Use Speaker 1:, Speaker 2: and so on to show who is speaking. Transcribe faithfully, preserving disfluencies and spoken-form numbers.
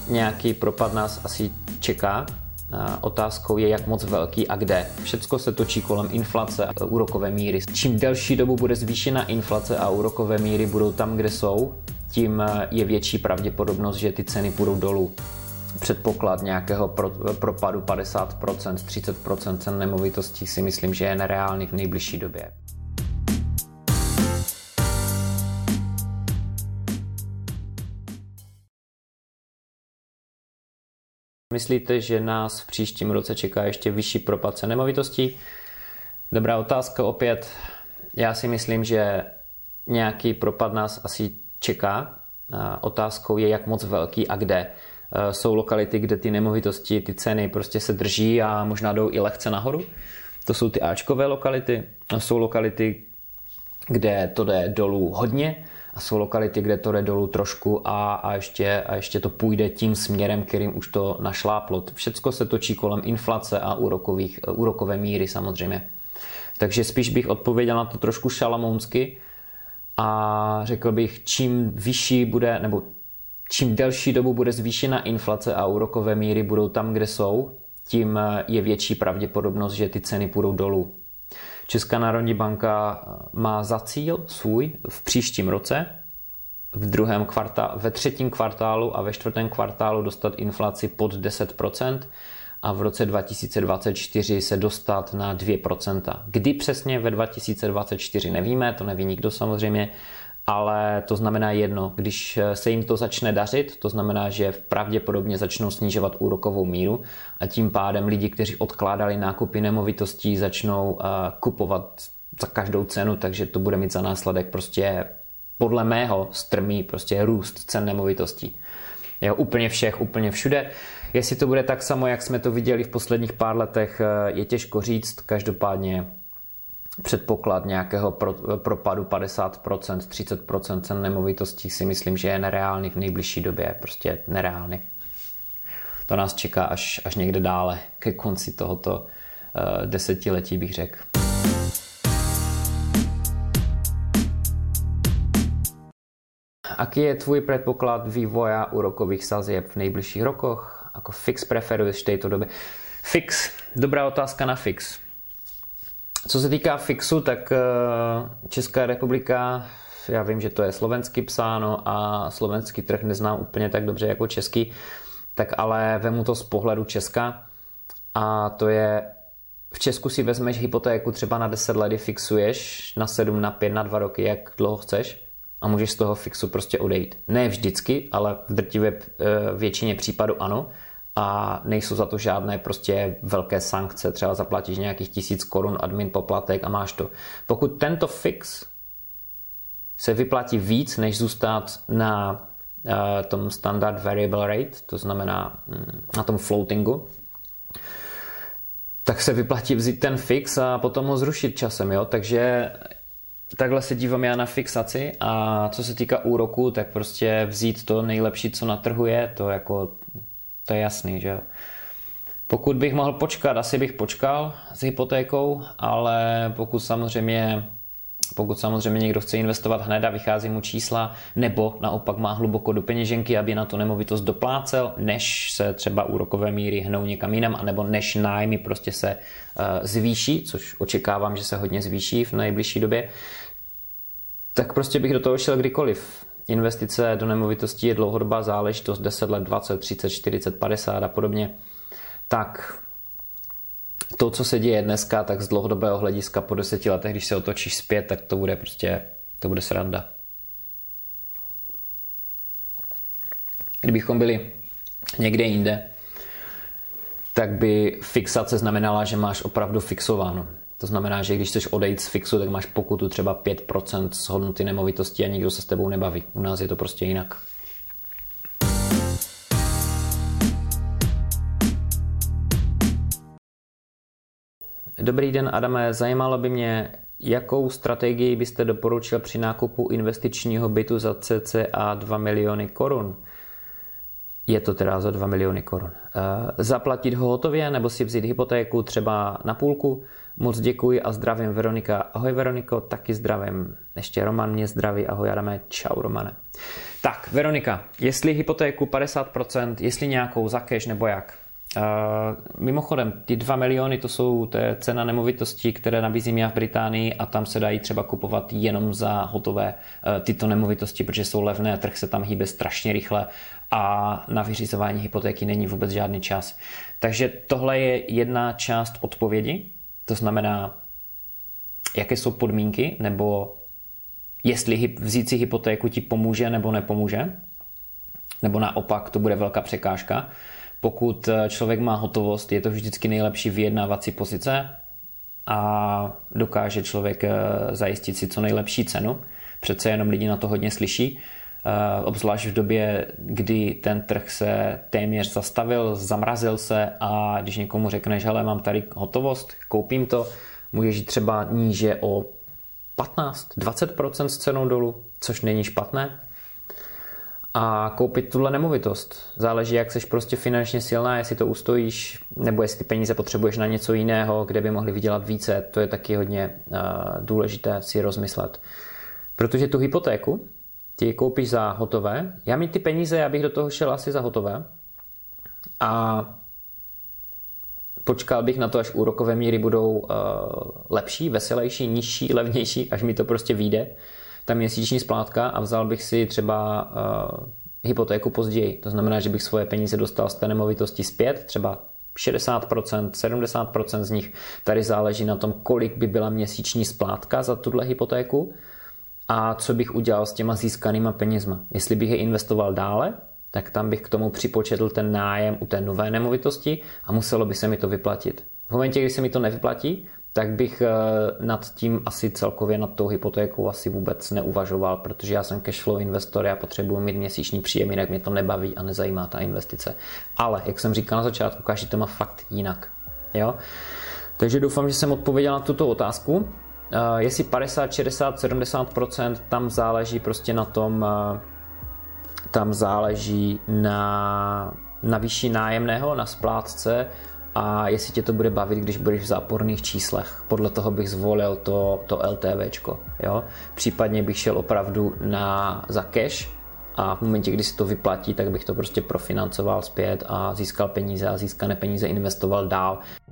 Speaker 1: Nějaký propad nás asi čeká. Otázkou je, jak moc velký a kde. Všecko se točí kolem inflace a úrokové míry. Čím delší dobu bude zvýšená inflace a úrokové míry budou tam, kde jsou, tím je větší pravděpodobnost, že ty ceny půjdou dolů. Předpoklad nějakého pro, propadu padesát procent, třicet procent cen nemovitostí si myslím, že je nereálný v nejbližší době. Myslíte, že nás v příštím roce čeká ještě vyšší propad cen nemovitostí? Dobrá otázka opět. Já si myslím, že nějaký propad nás asi čeká. Otázkou je, jak moc velký a kde. Jsou lokality, kde ty nemovitosti, ty ceny prostě se drží a možná jdou i lehce nahoru. To jsou ty áčkové lokality. Jsou lokality, kde to jde dolů hodně a jsou lokality, kde to jde dolů trošku a, a, ještě, a ještě to půjde tím směrem, kterým už to našláplo. Všecko se točí kolem inflace a úrokových, úrokové míry samozřejmě. Takže spíš bych odpověděl na to trošku šalamounsky a řekl bych, čím vyšší bude, nebo čím delší dobu bude zvýšená inflace a úrokové míry budou tam, kde jsou, tím je větší pravděpodobnost, že ty ceny půjdou dolů. Česká národní banka má za cíl svůj v příštím roce, v druhém kvartálu, ve třetím kvartálu a ve čtvrtém kvartálu dostat inflaci pod deset procent a v roce dva tisíce dvacet čtyři se dostat na dvě procenta. Kdy přesně ve dva tisíce dvacet čtyři nevíme, to neví nikdo samozřejmě, ale to znamená jedno, když se jim to začne dařit, to znamená, že pravděpodobně začnou snižovat úrokovou míru a tím pádem lidi, kteří odkládali nákupy nemovitostí, začnou kupovat za každou cenu, takže to bude mít za následek prostě podle mého strmý prostě růst cen nemovitostí. Je úplně všech, úplně všude. Jestli to bude tak samo, jak jsme to viděli v posledních pár letech, je těžko říct, každopádně předpoklad nějakého pro, propadu padesát procent, třicet procent cen nemovitostí si myslím, že je nereálný v nejbližší době, prostě nereálný. To nás čeká až, až někde dále, ke konci tohoto uh, desetiletí bych řekl. Aký je tvůj předpoklad vývoja úrokových sazeb v nejbližších rokoch? Ako fix preferuješ v této době? Fix, dobrá otázka na fix. Co se týká fixu, tak Česká republika, já vím, že to je slovensky psáno a slovenský trh neznám úplně tak dobře jako český, tak ale vemu to z pohledu Česka a to je, v Česku si vezmeš hypotéku třeba na deset let, fixuješ na sedm, na pět, na dva roky, jak dlouho chceš a můžeš z toho fixu prostě odejít. Ne vždycky, ale v drtivé většině případů ano. A nejsou za to žádné prostě velké sankce, třeba zaplatíš nějakých tisíc korun admin poplatek a máš to. Pokud tento fix se vyplatí víc, než zůstat na uh, tom standard variable rate, to znamená um, na tom floatingu, tak se vyplatí vzít ten fix a potom ho zrušit časem, jo? Takže takhle se dívám já na fixaci a co se týká úroku, tak prostě vzít to nejlepší, co na trhu je, to jako to je jasný, že jo. Pokud bych mohl počkat, asi bych počkal s hypotékou, ale pokud samozřejmě, pokud samozřejmě někdo chce investovat hned a vychází mu čísla, nebo naopak má hluboko do peněženky, aby na tu nemovitost doplácel, než se třeba úrokové míry hnou někam jinam, anebo než nájmy prostě se uh, zvýší, což očekávám, že se hodně zvýší v nejbližší době, tak prostě bych do toho šel kdykoliv. Investice do nemovitostí je dlouhodobá záležitost, deset let, dvacet, třicet, čtyřicet, padesát a podobně. Tak to, co se děje dneska, tak z dlouhodobého hlediska po deseti letech, když se otočíš zpět, tak to bude prostě, to bude sranda. Kdybychom byli někde jinde, tak by fixace znamenala, že máš opravdu fixováno. To znamená, že když chceš odejít z fixu, tak máš pokutu třeba pět procent z hodnoty nemovitosti a nikdo se s tebou nebaví. U nás je to prostě jinak. Dobrý den, Adame, zajímalo by mě, jakou strategii byste doporučil při nákupu investičního bytu za cca dva miliony korun? Je to teda za dva miliony korun. Zaplatit ho hotově nebo si vzít hypotéku třeba na půlku? Moc děkuji a zdravím Veronika. Ahoj Veroniko, taky zdravím. Ještě Roman mě zdraví. Ahoj Adame, čau Romane. Tak, Veronika, jestli hypotéku padesát procent, jestli nějakou za cash nebo jak? Uh, mimochodem, ty dva miliony, to jsou to je cena nemovitostí, které nabízím já v Británii a tam se dají třeba kupovat jenom za hotové uh, tyto nemovitosti, protože jsou levné, trh se tam hýbe strašně rychle a na vyřizování hypotéky není vůbec žádný čas. Takže tohle je jedna část odpovědi, to znamená, jaké jsou podmínky, nebo jestli vzít si hypotéku ti pomůže nebo nepomůže, nebo naopak to bude velká překážka. Pokud člověk má hotovost, je to vždycky nejlepší vyjednávací pozice a dokáže člověk zajistit si co nejlepší cenu. Přece jenom lidi na to hodně slyší, obzvlášť v době, kdy ten trh se téměř zastavil, zamrazil se a když někomu řekneš, hele, mám tady hotovost, koupím to, můžeš jít třeba níže o patnáct až dvacet procent s cenou dolů, což není špatné. A koupit tuhle nemovitost. Záleží, jak seš prostě finančně silná, jestli to ustojíš, nebo jestli ty peníze potřebuješ na něco jiného, kde by mohli vydělat více. To je taky hodně uh, důležité si rozmyslet. Protože tu hypotéku ty koupíš za hotové. Já mít ty peníze, já bych do toho šel asi za hotové. A počkal bych na to, až úrokové míry budou uh, lepší, veselější, nižší, levnější, až mi to prostě vyjde, ta měsíční splátka a vzal bych si třeba uh, hypotéku později. To znamená, že bych svoje peníze dostal z té nemovitosti zpět, třeba šedesát procent, sedmdesát procent z nich. Tady záleží na tom, kolik by byla měsíční splátka za tuhle hypotéku a co bych udělal s těma získanýma penězma. Jestli bych je investoval dále, tak tam bych k tomu připočetl ten nájem u té nové nemovitosti a muselo by se mi to vyplatit. V momentě, kdy se mi to nevyplatí, tak bych nad tím asi celkově nad tou hypotékou asi vůbec neuvažoval, protože já jsem cashflow investor, já potřebuji mít měsíční příjem, jinak mě to nebaví a nezajímá ta investice. Ale, jak jsem říkal na začátku, každý to má fakt jinak. Jo? Takže doufám, že jsem odpověděl na tuto otázku. Uh, jestli padesát, šedesát, sedmdesát procent, tam záleží prostě na tom, uh, tam záleží na, na výši nájemného, na splátce a jestli tě to bude bavit, když budeš v záporných číslech. Podle toho bych zvolil to, to LTVčko. Jo? Případně bych šel opravdu na, za cash a v momentě, kdy si to vyplatí, tak bych to prostě profinancoval zpět a získal peníze a získané peníze investoval dál.